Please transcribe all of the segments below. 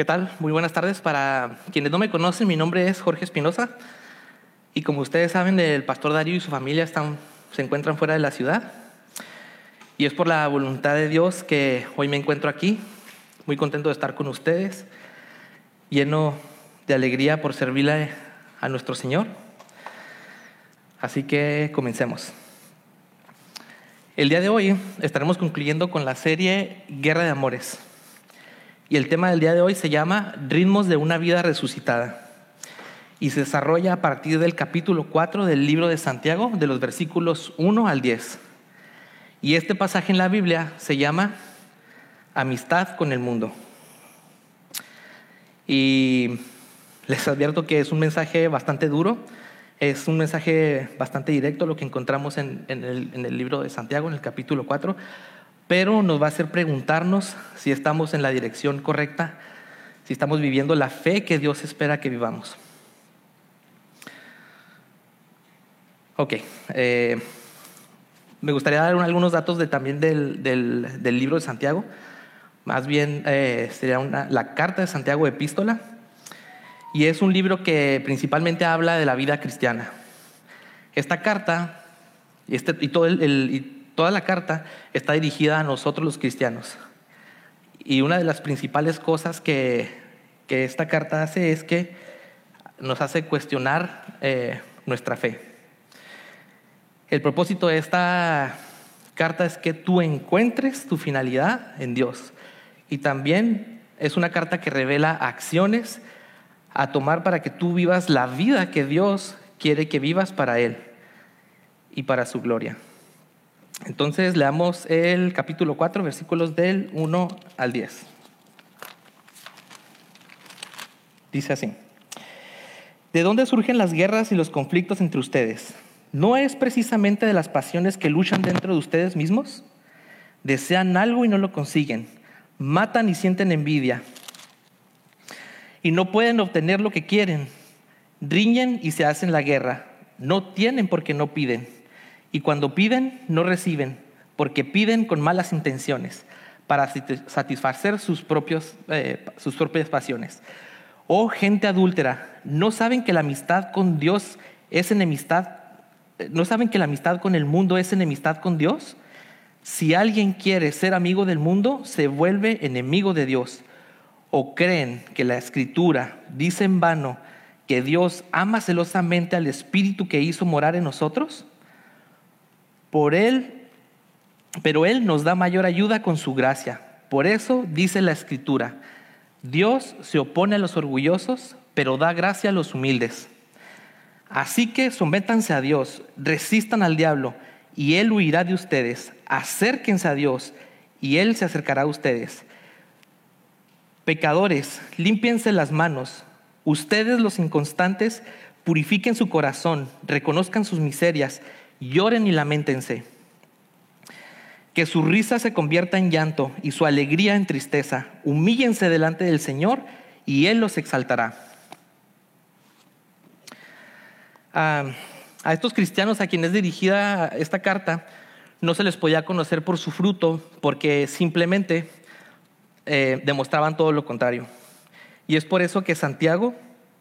¿Qué tal? Muy buenas tardes. Para quienes no me conocen, mi nombre es Jorge Espinosa y como ustedes saben, el pastor Darío y su familia se encuentran fuera de la ciudad y es por la voluntad de Dios que hoy me encuentro aquí, muy contento de estar con ustedes, lleno de alegría por servirle a nuestro Señor. Así que comencemos. El día de hoy estaremos concluyendo con la serie Guerra de Amores. Y el tema del día de hoy se llama Ritmos de una vida resucitada. Y se desarrolla a partir del capítulo 4 del libro de Santiago, de los versículos 1 al 10. Y este pasaje en la Biblia se llama Amistad con el mundo. Y les advierto que es un mensaje bastante duro, es un mensaje bastante directo lo que encontramos en el libro de Santiago, en el capítulo 4, pero nos va a hacer preguntarnos si estamos en la dirección correcta, si estamos viviendo la fe que Dios espera que vivamos. Ok, me gustaría dar algunos datos también del libro de Santiago. Más bien sería la carta de Santiago, epístola, y es un libro que principalmente habla de la vida cristiana. Esta carta toda la carta está dirigida a nosotros los cristianos. Y una de las principales cosas que esta carta hace es que nos hace cuestionar nuestra fe. El propósito de esta carta es que tú encuentres tu finalidad en Dios. Y también es una carta que revela acciones a tomar para que tú vivas la vida que Dios quiere que vivas para Él y para su gloria. Entonces leamos el capítulo 4, versículos del 1 al 10. Dice así: ¿De dónde surgen las guerras y los conflictos entre ustedes? ¿No es precisamente de las pasiones que luchan dentro de ustedes mismos? Desean algo y no lo consiguen, matan y sienten envidia, y no pueden obtener lo que quieren, riñen y se hacen la guerra, no tienen porque no piden. Y cuando piden, no reciben, porque piden con malas intenciones, para satisfacer sus propias pasiones. Oh gente adúltera, ¿no saben que la amistad con Dios es enemistad? ¿No saben que la amistad con el mundo es enemistad con Dios? Si alguien quiere ser amigo del mundo, se vuelve enemigo de Dios. ¿O creen que la Escritura dice en vano que Dios ama celosamente al Espíritu que hizo morar en nosotros? Pero Él nos da mayor ayuda con su gracia. Por eso dice la Escritura: Dios se opone a los orgullosos, pero da gracia a los humildes. Así que sométanse a Dios, resistan al diablo, y Él huirá de ustedes. Acérquense a Dios, y Él se acercará a ustedes. Pecadores, límpiense las manos. Ustedes, los inconstantes, purifiquen su corazón, reconozcan sus miserias, lloren y lamentense. Que su risa se convierta en llanto y su alegría en tristeza. Humíllense delante del Señor y Él los exaltará. A estos cristianos a quienes es dirigida esta carta no se les podía conocer por su fruto, porque simplemente demostraban todo lo contrario. Y es por eso que Santiago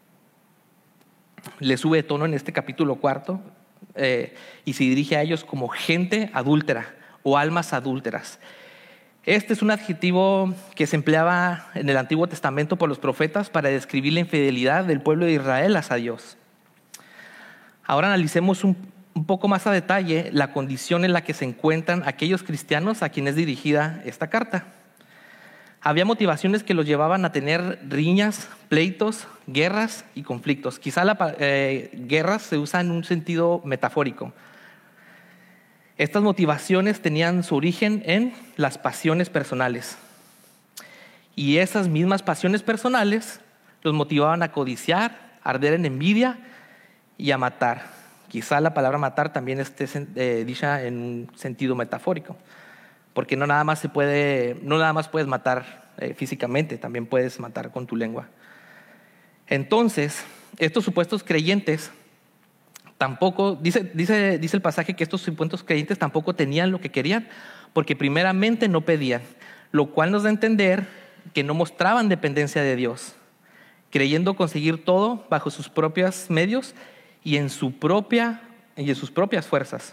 le sube de tono en este capítulo 4 y se dirige a ellos como gente adúltera o almas adúlteras. Este es un adjetivo que se empleaba en el Antiguo Testamento por los profetas para describir la infidelidad del pueblo de Israel hacia Dios. Ahora analicemos un poco más a detalle la condición en la que se encuentran aquellos cristianos a quienes es dirigida esta carta. Había motivaciones que los llevaban a tener riñas, pleitos, guerras y conflictos. Quizá la guerra se usa en un sentido metafórico. Estas motivaciones tenían su origen en las pasiones personales. Y esas mismas pasiones personales los motivaban a codiciar, a arder en envidia y a matar. Quizá la palabra matar también esté dicha en un sentido metafórico. Porque no nada más puedes matar físicamente, también puedes matar con tu lengua. Entonces, estos supuestos creyentes tampoco, dice el pasaje que estos supuestos creyentes tampoco tenían lo que querían, porque primeramente no pedían, lo cual nos da a entender que no mostraban dependencia de Dios, creyendo conseguir todo bajo sus propios medios y en sus propias fuerzas.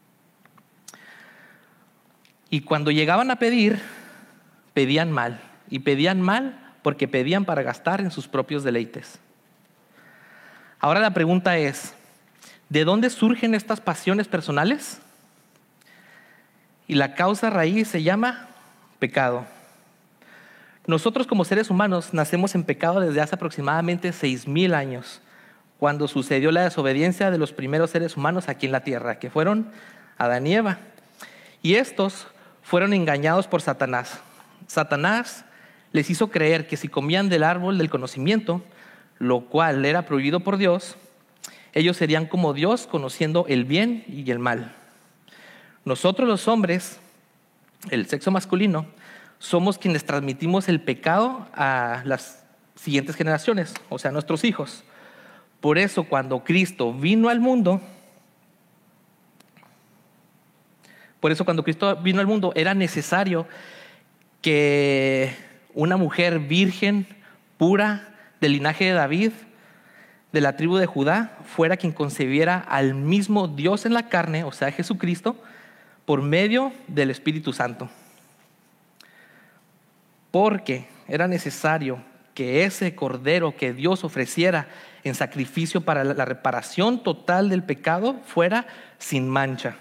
Y cuando llegaban a pedir, pedían mal. Y pedían mal porque pedían para gastar en sus propios deleites. Ahora la pregunta es, ¿de dónde surgen estas pasiones personales? Y la causa raíz se llama pecado. Nosotros como seres humanos nacemos en pecado desde hace aproximadamente 6,000 años, cuando sucedió la desobediencia de los primeros seres humanos aquí en la tierra, que fueron Adán y Eva. Y estos fueron engañados por Satanás. Satanás les hizo creer que si comían del árbol del conocimiento, lo cual era prohibido por Dios, ellos serían como Dios, conociendo el bien y el mal. Nosotros los hombres, el sexo masculino, somos quienes transmitimos el pecado a las siguientes generaciones, o sea, a nuestros hijos. Por eso, cuando Cristo vino al mundo, era necesario que una mujer virgen, pura, del linaje de David, de la tribu de Judá, fuera quien concebiera al mismo Dios en la carne, o sea, Jesucristo, por medio del Espíritu Santo. Porque era necesario que ese cordero que Dios ofreciera en sacrificio para la reparación total del pecado fuera sin mancha.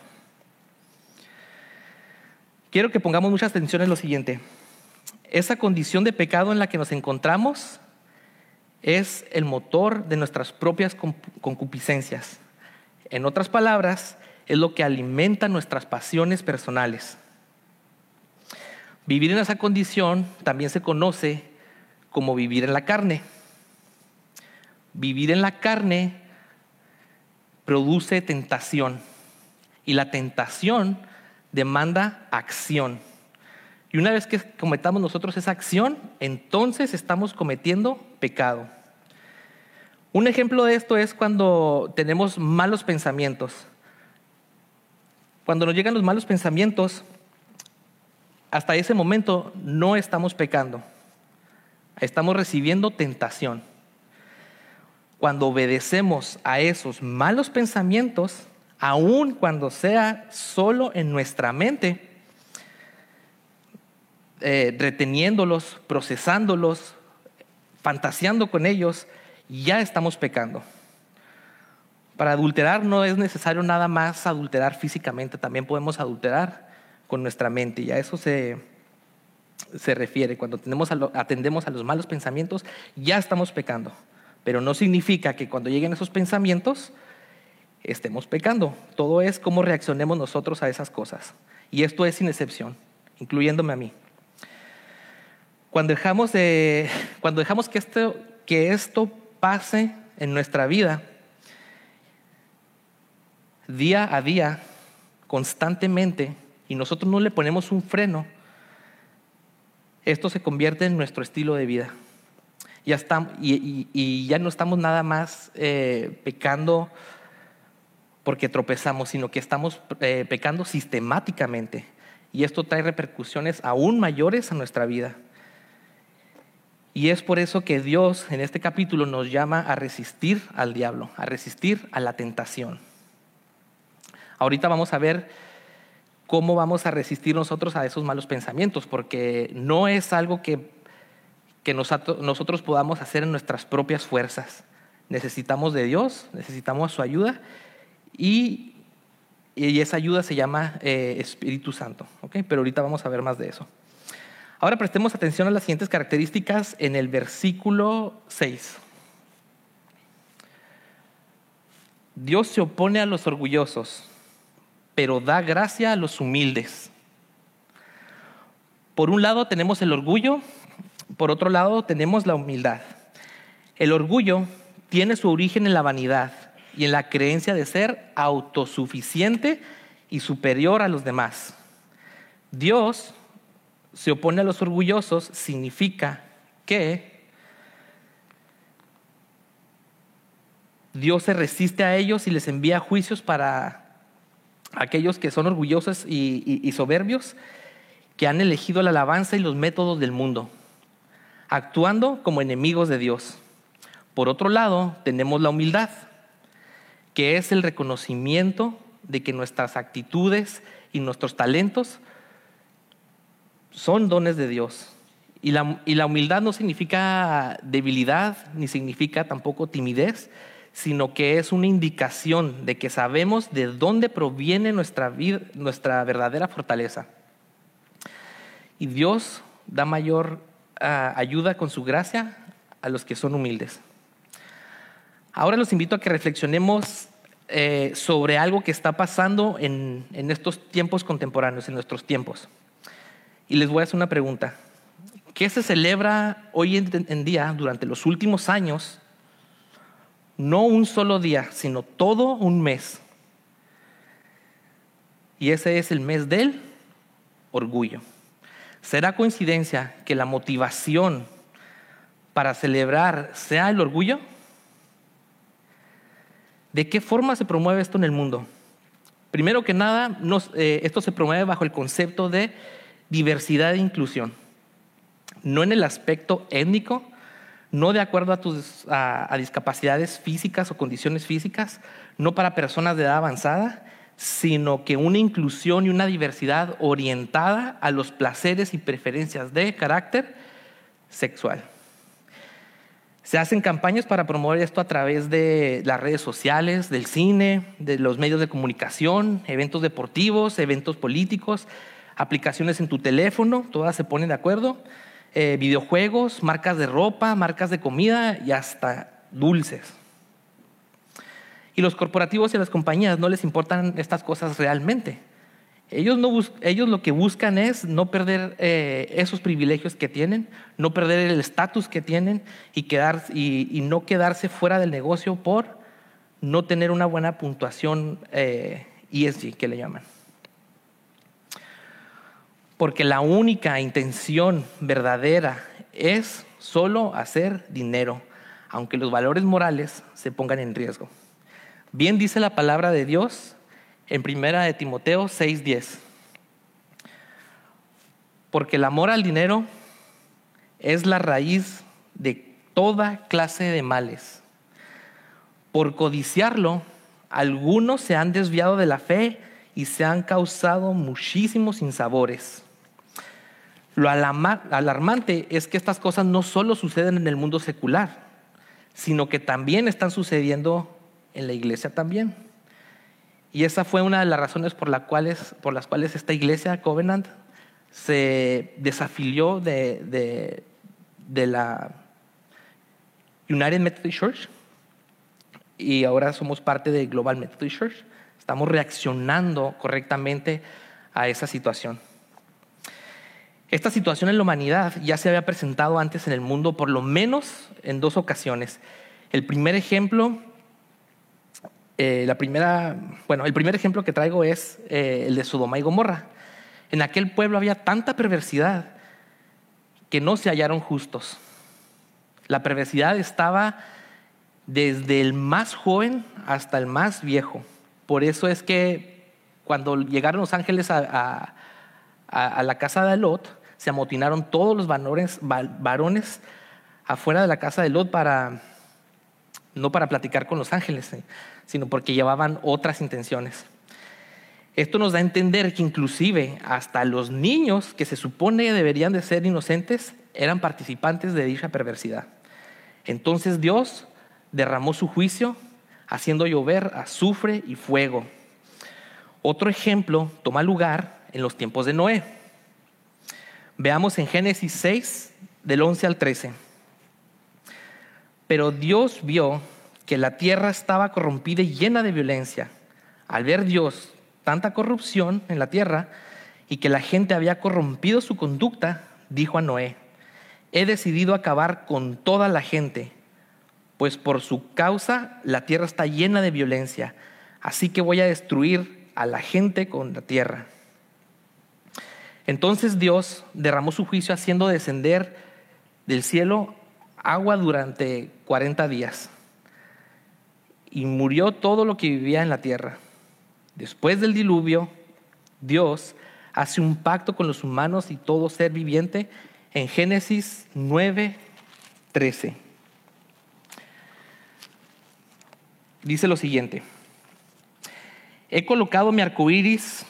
Quiero que pongamos mucha atención en lo siguiente. Esa condición de pecado en la que nos encontramos es el motor de nuestras propias concupiscencias. En otras palabras, es lo que alimenta nuestras pasiones personales. Vivir en esa condición también se conoce como vivir en la carne. Vivir en la carne produce tentación y la tentación demanda acción. Y una vez que cometamos nosotros esa acción, entonces estamos cometiendo pecado. Un ejemplo de esto es cuando tenemos malos pensamientos. Cuando nos llegan los malos pensamientos, hasta ese momento no estamos pecando. Estamos recibiendo tentación. Cuando obedecemos a esos malos pensamientos, aun cuando sea solo en nuestra mente, reteniéndolos, procesándolos, fantaseando con ellos, ya estamos pecando. Para adulterar no es necesario nada más adulterar físicamente, también podemos adulterar con nuestra mente, y a eso se refiere. Cuando atendemos a los malos pensamientos, ya estamos pecando, pero no significa que cuando lleguen esos pensamientos estemos pecando. Todo es cómo reaccionemos nosotros a esas cosas, y esto es sin excepción, incluyéndome a mí. Cuando dejamos que esto pase en nuestra vida, día a día, constantemente, y nosotros no le ponemos un freno, esto se convierte en nuestro estilo de vida. Y ya no estamos nada más pecando porque tropezamos, sino que estamos pecando sistemáticamente. Y esto trae repercusiones aún mayores a nuestra vida. Y es por eso que Dios en este capítulo nos llama a resistir al diablo, a resistir a la tentación. Ahorita vamos a ver cómo vamos a resistir nosotros a esos malos pensamientos, porque no es algo que nosotros podamos hacer en nuestras propias fuerzas. Necesitamos de Dios, necesitamos su ayuda, y esa ayuda se llama Espíritu Santo. ¿Okay? Pero ahorita vamos a ver más de eso. Ahora prestemos atención a las siguientes características en el versículo 6. Dios se opone a los orgullosos, pero da gracia a los humildes. Por un lado tenemos el orgullo, por otro lado tenemos la humildad. El orgullo tiene su origen en la vanidad y en la creencia de ser autosuficiente y superior a los demás. Dios se opone a los orgullosos significa que Dios se resiste a ellos y les envía juicios para aquellos que son orgullosos y soberbios, que han elegido la alabanza y los métodos del mundo. actuando como enemigos de Dios. Por otro lado, tenemos la humildad, que es el reconocimiento de que nuestras actitudes y nuestros talentos son dones de Dios. Y la humildad no significa debilidad, ni significa tampoco timidez, sino que es una indicación de que sabemos de dónde proviene nuestra verdadera fortaleza. Y Dios da mayor ayuda con su gracia a los que son humildes. Ahora los invito a que reflexionemos sobre algo que está pasando en estos tiempos contemporáneos, en nuestros tiempos. Y les voy a hacer una pregunta. ¿Qué se celebra hoy en día, durante los últimos años? No un solo día, sino todo un mes. Y ese es el mes del orgullo. ¿Será coincidencia que la motivación para celebrar sea el orgullo? ¿De qué forma se promueve esto en el mundo? Primero que nada, esto se promueve bajo el concepto de diversidad e inclusión. No en el aspecto étnico, no de acuerdo a discapacidades físicas o condiciones físicas, no para personas de edad avanzada, sino que una inclusión y una diversidad orientada a los placeres y preferencias de carácter sexual. Se hacen campañas para promover esto a través de las redes sociales, del cine, de los medios de comunicación, eventos deportivos, eventos políticos, aplicaciones en tu teléfono, todas se ponen de acuerdo, videojuegos, marcas de ropa, marcas de comida y hasta dulces. Y los corporativos y las compañías no les importan estas cosas realmente. Ellos lo que buscan es no perder esos privilegios que tienen, no perder el estatus que tienen y no quedarse fuera del negocio por no tener una buena puntuación ESG, que le llaman. Porque la única intención verdadera es solo hacer dinero, aunque los valores morales se pongan en riesgo. Bien dice la palabra de Dios en 1 Timoteo 6:10. Porque el amor al dinero es la raíz de toda clase de males. Por codiciarlo, algunos se han desviado de la fe y se han causado muchísimos sinsabores. Lo alarmante es que estas cosas no solo suceden en el mundo secular, sino que también están sucediendo en la iglesia también. Y esa fue una de las razones por las cuales esta iglesia, Covenant, se desafilió de la United Methodist Church y ahora somos parte de Global Methodist Church. Estamos reaccionando correctamente a esa situación. Esta situación en la humanidad ya se había presentado antes en el mundo, por lo menos en 2 ocasiones. El primer ejemplo que traigo es el de Sodoma y Gomorra. En aquel pueblo había tanta perversidad que no se hallaron justos. La perversidad estaba desde el más joven hasta el más viejo. Por eso es que cuando llegaron los ángeles a la casa de Lot, se amotinaron todos los varones afuera de la casa de Lot no para platicar con los ángeles, sino porque llevaban otras intenciones. Esto nos da a entender que inclusive hasta los niños que se supone deberían de ser inocentes eran participantes de dicha perversidad. Entonces Dios derramó su juicio haciendo llover azufre y fuego. Otro ejemplo toma lugar en los tiempos de Noé. Veamos en Génesis 6, del 11 al 13. Pero Dios vio que la tierra estaba corrompida y llena de violencia. Al ver Dios tanta corrupción en la tierra y que la gente había corrompido su conducta, dijo a Noé: he decidido acabar con toda la gente, pues por su causa la tierra está llena de violencia. Así que voy a destruir a la gente con la tierra. Entonces Dios derramó su juicio haciendo descender del cielo agua durante 40 días. Y murió todo lo que vivía en la tierra. Después del diluvio, Dios hace un pacto con los humanos y todo ser viviente en Génesis 9:13. Dice lo siguiente: he colocado mi arco iris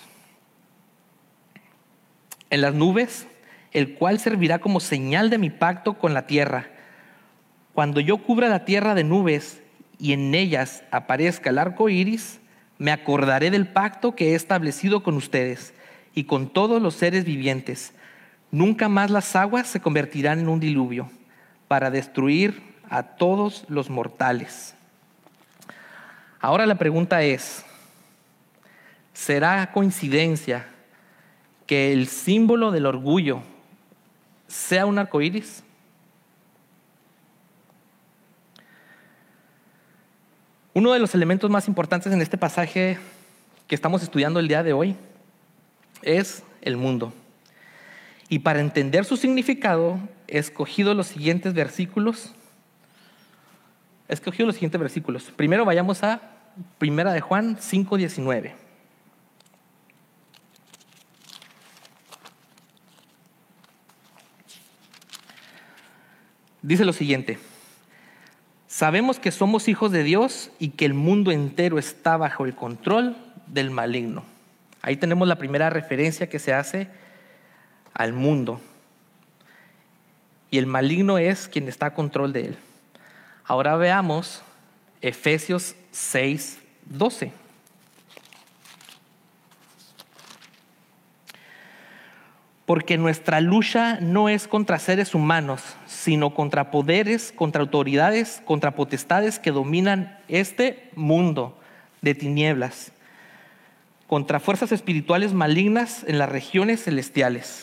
en las nubes, el cual servirá como señal de mi pacto con la tierra. Cuando yo cubra la tierra de nubes y en ellas aparezca el arco iris, me acordaré del pacto que he establecido con ustedes y con todos los seres vivientes. Nunca más las aguas se convertirán en un diluvio para destruir a todos los mortales. Ahora la pregunta es: ¿será coincidencia que el símbolo del orgullo sea un arco iris? Uno de los elementos más importantes en este pasaje que estamos estudiando el día de hoy es el mundo. Y para entender su significado, he escogido los siguientes versículos. Primero vayamos a 1 de Juan 5:19. Dice lo siguiente: sabemos que somos hijos de Dios y que el mundo entero está bajo el control del maligno. Ahí tenemos la primera referencia que se hace al mundo. Y el maligno es quien está a control de él. Ahora veamos Efesios 6:12. Porque nuestra lucha no es contra seres humanos, sino contra poderes, contra autoridades, contra potestades que dominan este mundo de tinieblas, contra fuerzas espirituales malignas en las regiones celestiales.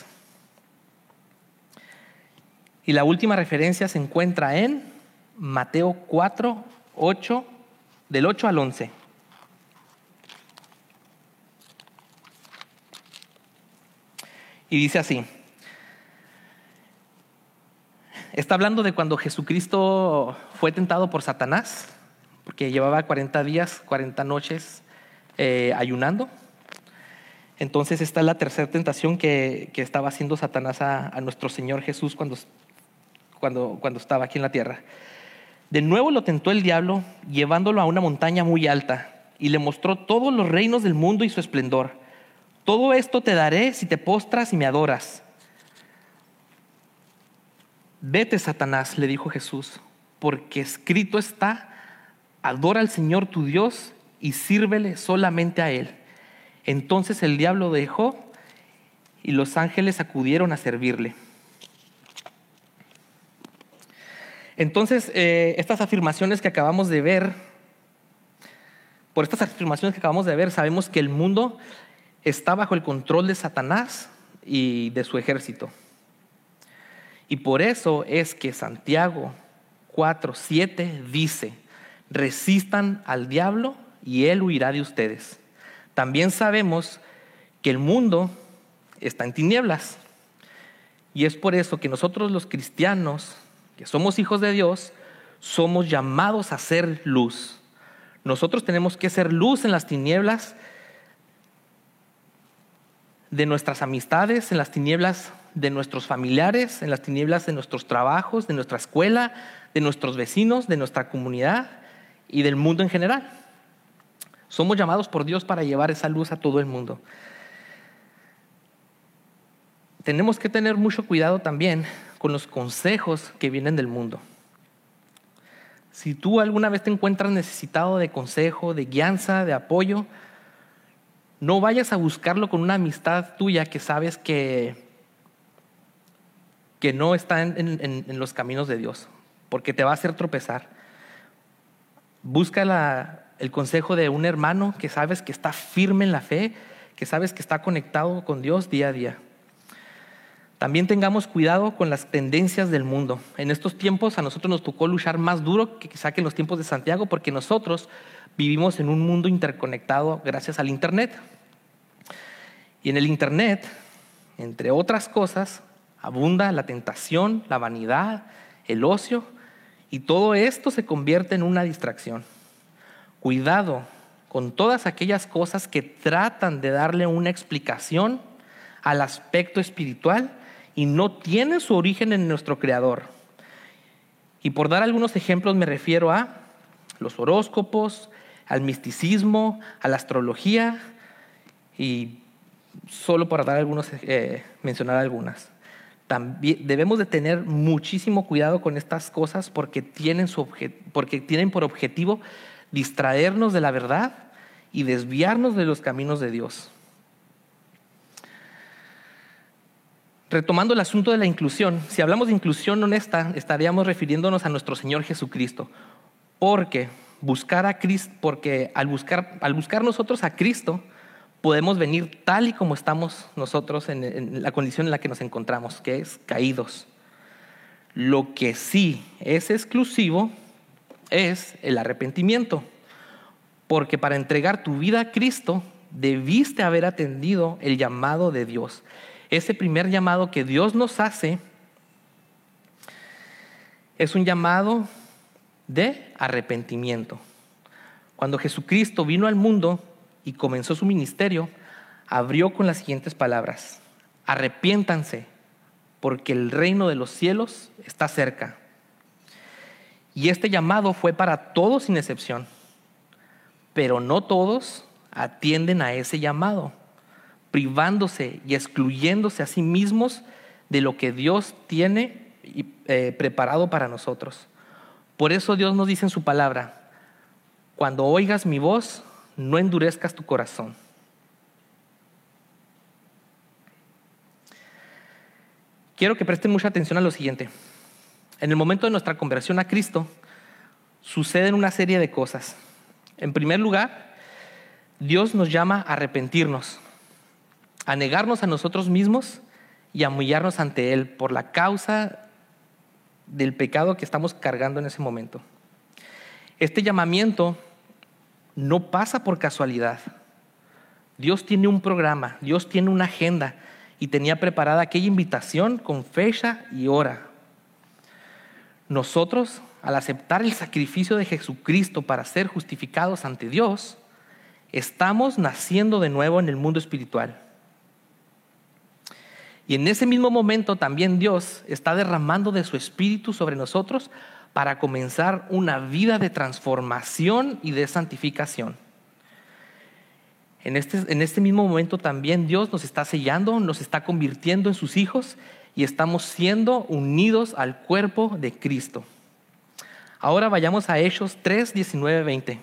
Y la última referencia se encuentra en Mateo 4:8, del 8 al 11. Y dice así: está hablando de cuando Jesucristo fue tentado por Satanás, porque llevaba 40 días, 40 noches ayunando. Entonces esta es la tercera tentación que estaba haciendo Satanás a nuestro Señor Jesús cuando estaba aquí en la tierra. De nuevo lo tentó el diablo, llevándolo a una montaña muy alta, y le mostró todos los reinos del mundo y su esplendor. Todo esto te daré si te postras y me adoras. Vete, Satanás, le dijo Jesús, porque escrito está: adora al Señor tu Dios y sírvele solamente a Él. Entonces el diablo dejó y los ángeles acudieron a servirle. Entonces, por estas afirmaciones que acabamos de ver, sabemos que el mundo está bajo el control de Satanás y de su ejército. Y por eso es que Santiago 4:7 dice: resistan al diablo y él huirá de ustedes. También sabemos que el mundo está en tinieblas. Y es por eso que nosotros los cristianos, que somos hijos de Dios, somos llamados a ser luz. Nosotros tenemos que ser luz en las tinieblas de nuestras amistades, en las tinieblas de nuestros familiares, en las tinieblas de nuestros trabajos, de nuestra escuela, de nuestros vecinos, de nuestra comunidad y del mundo en general. Somos llamados por Dios para llevar esa luz a todo el mundo. Tenemos que tener mucho cuidado también con los consejos que vienen del mundo. Si tú alguna vez te encuentras necesitado de consejo, de guianza, de apoyo, no vayas a buscarlo con una amistad tuya que sabes que no está en los caminos de Dios, porque te va a hacer tropezar. Busca el consejo de un hermano que sabes que está firme en la fe, que sabes que está conectado con Dios día a día. También tengamos cuidado con las tendencias del mundo. En estos tiempos a nosotros nos tocó luchar más duro que quizá que en los tiempos de Santiago, porque nosotros vivimos en un mundo interconectado gracias al Internet. Y en el Internet, entre otras cosas, abunda la tentación, la vanidad, el ocio, y todo esto se convierte en una distracción. Cuidado con todas aquellas cosas que tratan de darle una explicación al aspecto espiritual y no tienen su origen en nuestro Creador. Y por dar algunos ejemplos me refiero a los horóscopos, al misticismo, a la astrología, y solo para dar algunos, mencionar algunas. También debemos de tener muchísimo cuidado con estas cosas porque tienen por objetivo distraernos de la verdad y desviarnos de los caminos de Dios. Retomando el asunto de la inclusión, si hablamos de inclusión honesta, estaríamos refiriéndonos a nuestro Señor Jesucristo, porque al buscar nosotros a Cristo, podemos venir tal y como estamos nosotros en la condición en la que nos encontramos, que es caídos. Lo que sí es exclusivo es el arrepentimiento, porque para entregar tu vida a Cristo debiste haber atendido el llamado de Dios. Ese primer llamado que Dios nos hace es un llamado de arrepentimiento. Cuando Jesucristo vino al mundo y comenzó su ministerio, abrió con las siguientes palabras: arrepiéntanse, porque el reino de los cielos está cerca. Y este llamado fue para todos sin excepción, pero no todos atienden a ese llamado, privándose y excluyéndose a sí mismos de lo que Dios tiene preparado para nosotros. Por eso Dios nos dice en su palabra: cuando oigas mi voz, no endurezcas tu corazón. Quiero que presten mucha atención a lo siguiente. En el momento de nuestra conversión a Cristo, suceden una serie de cosas. En primer lugar, Dios nos llama a arrepentirnos, a negarnos a nosotros mismos y a humillarnos ante Él por la causa del pecado que estamos cargando en ese momento. Este llamamiento no pasa por casualidad. Dios tiene un programa, Dios tiene una agenda y tenía preparada aquella invitación con fecha y hora. Nosotros, al aceptar el sacrificio de Jesucristo para ser justificados ante Dios, estamos naciendo de nuevo en el mundo espiritual. Y en ese mismo momento también Dios está derramando de su Espíritu sobre nosotros para comenzar una vida de transformación y de santificación. En este mismo momento también Dios nos está sellando, nos está convirtiendo en sus hijos y estamos siendo unidos al cuerpo de Cristo. Ahora vayamos a Hechos 3, 19, 20.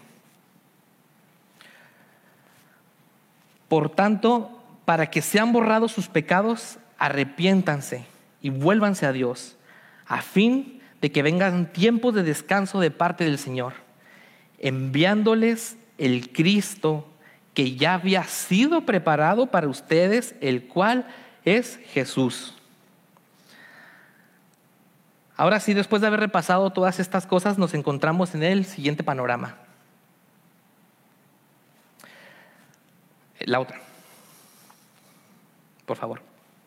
Por tanto, para que sean borrados sus pecados, arrepiéntanse y vuélvanse a Dios, a fin de que vengan tiempos de descanso de parte del Señor, enviándoles el Cristo que ya había sido preparado para ustedes, el cual es Jesús. Ahora sí, después de haber repasado todas estas cosas, nos encontramos en el siguiente panorama. La otra, por favor.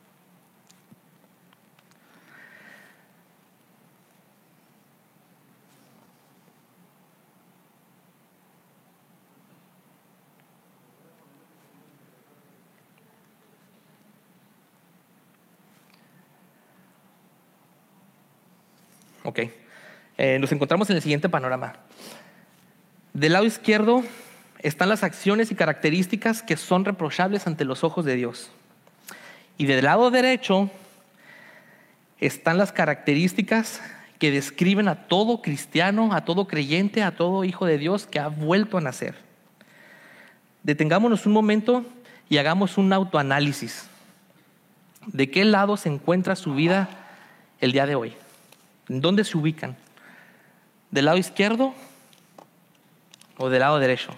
Ok, nos encontramos en el siguiente panorama. Del lado izquierdo están las acciones y características que son reprochables ante los ojos de Dios. Y del lado derecho están las características que describen a todo cristiano, a todo creyente, a todo hijo de Dios que ha vuelto a nacer. Detengámonos un momento y hagamos un autoanálisis. ¿De qué lado se encuentra su vida el día de hoy? ¿En dónde se ubican? ¿Del lado izquierdo o del lado derecho?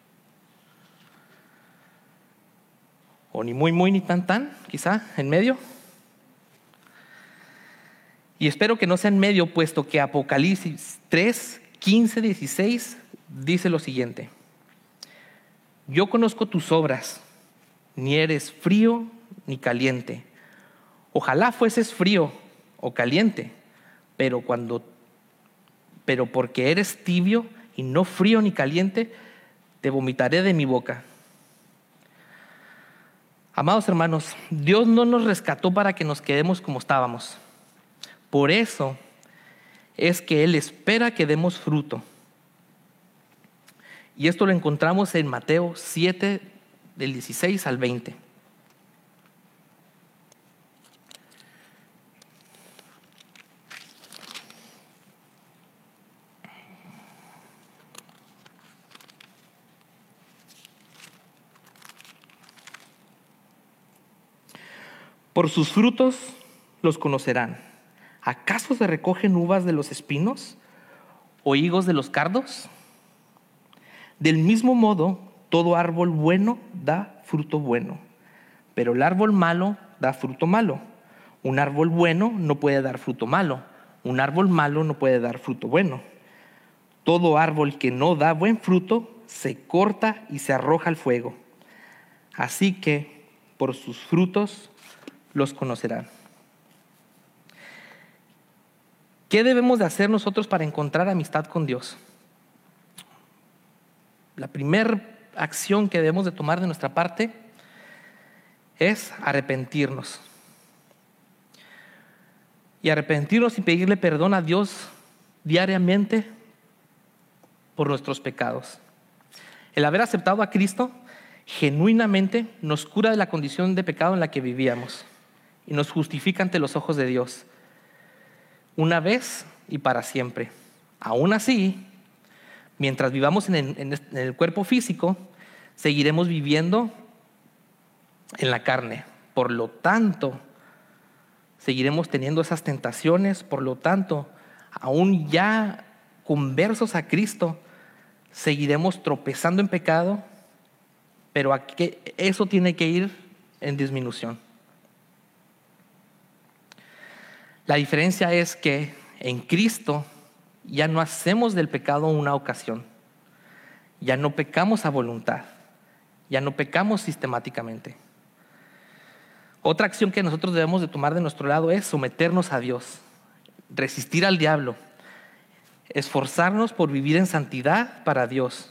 O ni muy, muy, ni tan, tan, quizá en medio. Y espero que no sea en medio, puesto que Apocalipsis 3, 15, 16 dice lo siguiente: yo conozco tus obras, ni eres frío ni caliente. Ojalá fueses frío o caliente, pero porque eres tibio y no frío ni caliente, te vomitaré de mi boca. Amados hermanos, Dios no nos rescató para que nos quedemos como estábamos. Por eso es que Él espera que demos fruto. Y esto lo encontramos en Mateo 7, del 16 al 20. Por sus frutos los conocerán. ¿Acaso se recogen uvas de los espinos o higos de los cardos? Del mismo modo, todo árbol bueno da fruto bueno, pero el árbol malo da fruto malo. Un árbol bueno no puede dar fruto malo, un árbol malo no puede dar fruto bueno. Todo árbol que no da buen fruto se corta y se arroja al fuego. Así que por sus frutos los conocerán. ¿Qué debemos de hacer nosotros para encontrar amistad con Dios? La primera acción que debemos de tomar de nuestra parte es arrepentirnos. Y arrepentirnos y pedirle perdón a Dios diariamente por nuestros pecados. El haber aceptado a Cristo genuinamente nos cura de la condición de pecado en la que vivíamos y nos justifica ante los ojos de Dios, una vez y para siempre. Aún así, mientras vivamos en el cuerpo físico, seguiremos viviendo en la carne. Por lo tanto, seguiremos teniendo esas tentaciones. Por lo tanto, aún ya conversos a Cristo, seguiremos tropezando en pecado, pero eso tiene que ir en disminución. La diferencia es que en Cristo ya no hacemos del pecado una ocasión. Ya no pecamos a voluntad. Ya no pecamos sistemáticamente. Otra acción que nosotros debemos de tomar de nuestro lado es someternos a Dios, resistir al diablo, esforzarnos por vivir en santidad para Dios.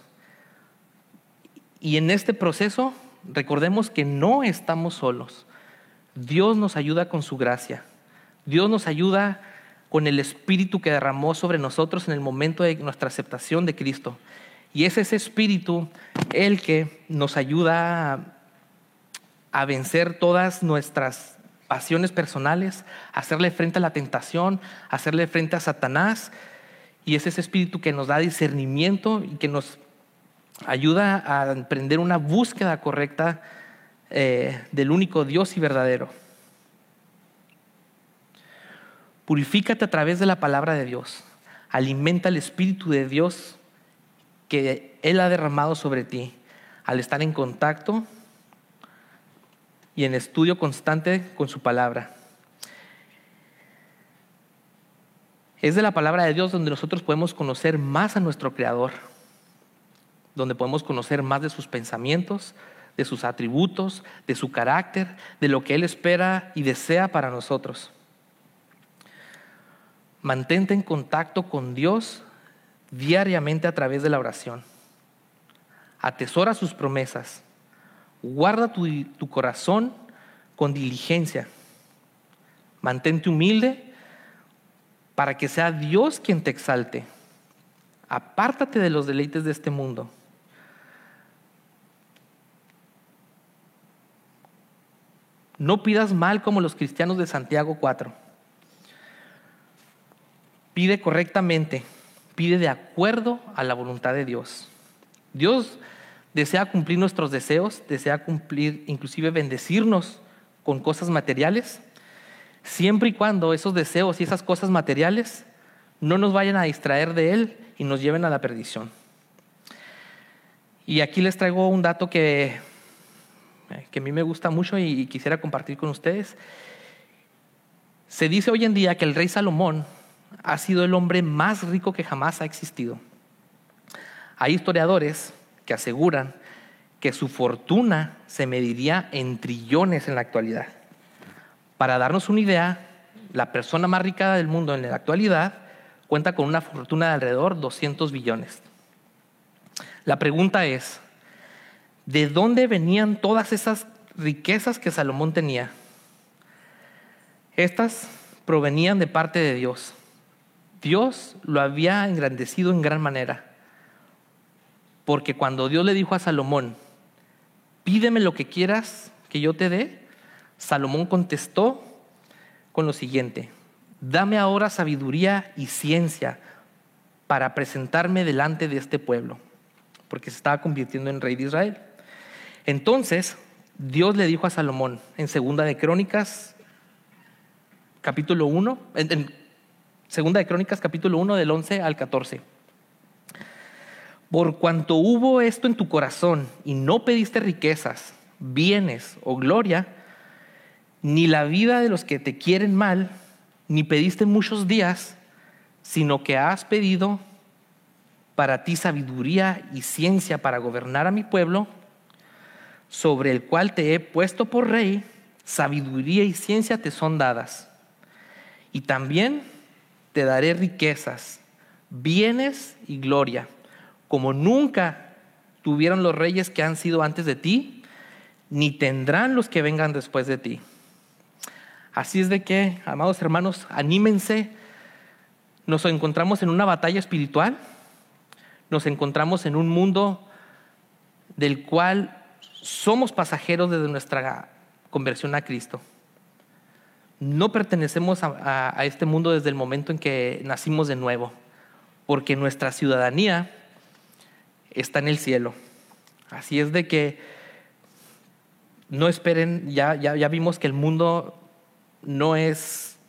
Y en este proceso, recordemos que no estamos solos. Dios nos ayuda con su gracia. Dios nos ayuda con el Espíritu que derramó sobre nosotros en el momento de nuestra aceptación de Cristo. Y es ese Espíritu el que nos ayuda a vencer todas nuestras pasiones personales, a hacerle frente a la tentación, a hacerle frente a Satanás. Y es ese Espíritu que nos da discernimiento y que nos ayuda a emprender una búsqueda correcta del único Dios y verdadero. Purifícate a través de la palabra de Dios. Alimenta el Espíritu de Dios que Él ha derramado sobre ti al estar en contacto y en estudio constante con su palabra. Es de la palabra de Dios donde nosotros podemos conocer más a nuestro Creador, donde podemos conocer más de sus pensamientos, de sus atributos, de su carácter, de lo que Él espera y desea para nosotros. Mantente en contacto con Dios diariamente a través de la oración. Atesora sus promesas. Guarda tu corazón con diligencia. Mantente humilde para que sea Dios quien te exalte. Apártate de los deleites de este mundo. No pidas mal como los cristianos de Santiago 4. Pide correctamente, pide de acuerdo a la voluntad de Dios. Dios desea cumplir nuestros deseos, desea cumplir, inclusive bendecirnos con cosas materiales, siempre y cuando esos deseos y esas cosas materiales no nos vayan a distraer de Él y nos lleven a la perdición. Y aquí les traigo un dato que a mí me gusta mucho y quisiera compartir con ustedes. Se dice hoy en día que el rey Salomón ha sido el hombre más rico que jamás ha existido. Hay historiadores que aseguran que su fortuna se mediría en trillones en la actualidad. Para darnos una idea, la persona más rica del mundo en la actualidad cuenta con una fortuna de alrededor de 200 billones. La pregunta es, ¿de dónde venían todas esas riquezas que Salomón tenía, estas provenían de parte de Dios. Dios lo había engrandecido en gran manera, porque cuando Dios le dijo a Salomón, pídeme lo que quieras que yo te dé, Salomón contestó con lo siguiente: dame ahora sabiduría y ciencia para presentarme delante de este pueblo, porque se estaba convirtiendo en rey de Israel. Entonces Dios le dijo a Salomón en Segunda de Crónicas capítulo 1, en Segunda de Crónicas capítulo 1 del 11 al 14: por cuanto hubo esto en tu corazón y no pediste riquezas, bienes o gloria, ni la vida de los que te quieren mal, ni pediste muchos días, sino que has pedido para ti sabiduría y ciencia para gobernar a mi pueblo, sobre el cual te he puesto por rey, sabiduría y ciencia te son dadas. Y también te daré riquezas, bienes y gloria, como nunca tuvieron los reyes que han sido antes de ti, ni tendrán los que vengan después de ti. Así es de que, amados hermanos, anímense. Nos encontramos en una batalla espiritual, nos encontramos en un mundo del cual somos pasajeros desde nuestra conversión a Cristo. No pertenecemos a este mundo desde el momento en que nacimos de nuevo, porque nuestra ciudadanía está en el cielo. Así es de que no esperen, ya vimos que el mundo no es,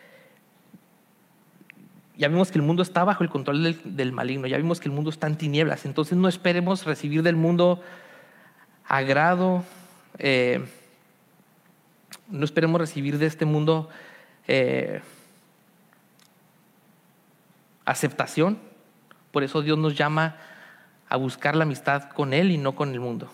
ya vimos que el mundo está bajo el control del maligno, ya vimos que el mundo está en tinieblas. Entonces no esperemos recibir del mundo agrado, no esperemos recibir de este mundo aceptación. Por eso Dios nos llama a buscar la amistad con Él y no con el mundo.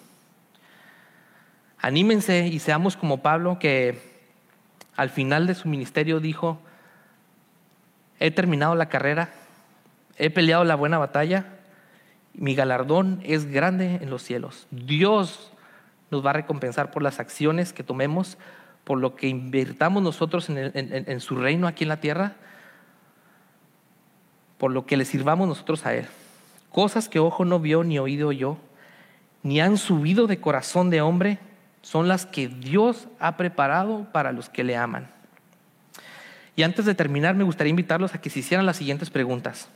Anímense y seamos como Pablo, que al final de su ministerio dijo: he terminado la carrera, he peleado la buena batalla, mi galardón es grande en los cielos. Dios nos va a recompensar por las acciones que tomemos, por lo que invirtamos nosotros en su reino aquí en la tierra, por lo que le sirvamos nosotros a Él. Cosas que ojo no vio, ni oído oyó, ni han subido de corazón de hombre, son las que Dios ha preparado para los que le aman. Y antes de terminar, me gustaría invitarlos a que se hicieran las siguientes preguntas.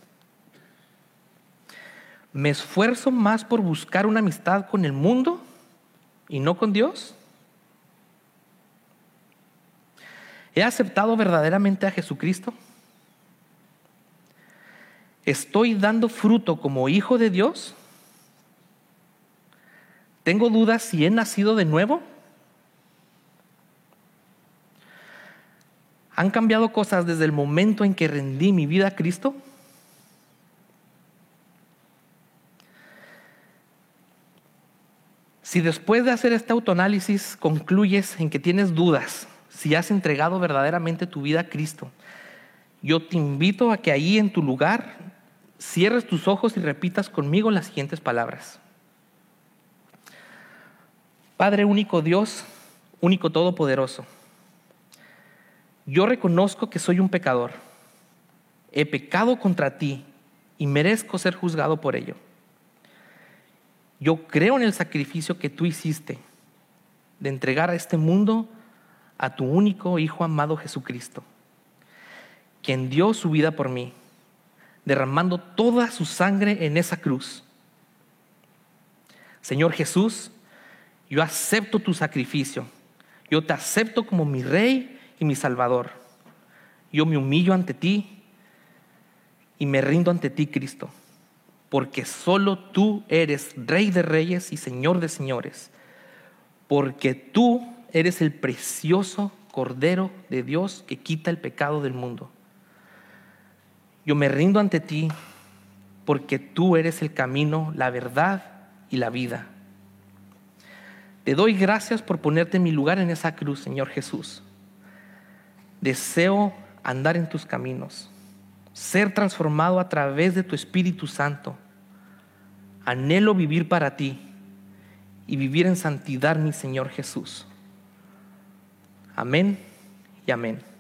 ¿Me esfuerzo más por buscar una amistad con el mundo y no con Dios? ¿He aceptado verdaderamente a Jesucristo? ¿Estoy dando fruto como hijo de Dios? ¿Tengo dudas si he nacido de nuevo? ¿Han cambiado cosas desde el momento en que rendí mi vida a Cristo? Si después de hacer este autoanálisis concluyes en que tienes dudas si has entregado verdaderamente tu vida a Cristo, yo te invito a que ahí en tu lugar cierres tus ojos y repitas conmigo las siguientes palabras. Padre único Dios, único todopoderoso, yo reconozco que soy un pecador. He pecado contra ti y merezco ser juzgado por ello. Yo creo en el sacrificio que tú hiciste de entregar a este mundo a tu único Hijo amado Jesucristo, quien dio su vida por mí, derramando toda su sangre en esa cruz. Señor Jesús, yo acepto tu sacrificio. Yo te acepto como mi Rey y mi Salvador. Yo me humillo ante ti y me rindo ante ti, Cristo, porque solo tú eres Rey de reyes y Señor de señores, porque tú eres el precioso Cordero de Dios que quita el pecado del mundo. Yo me rindo ante ti porque tú eres el camino, la verdad y la vida. Te doy gracias por ponerte en mi lugar en esa cruz, Señor Jesús. Deseo andar en tus caminos, ser transformado a través de tu Espíritu Santo. Anhelo vivir para ti y vivir en santidad, mi Señor Jesús. Amén y amén.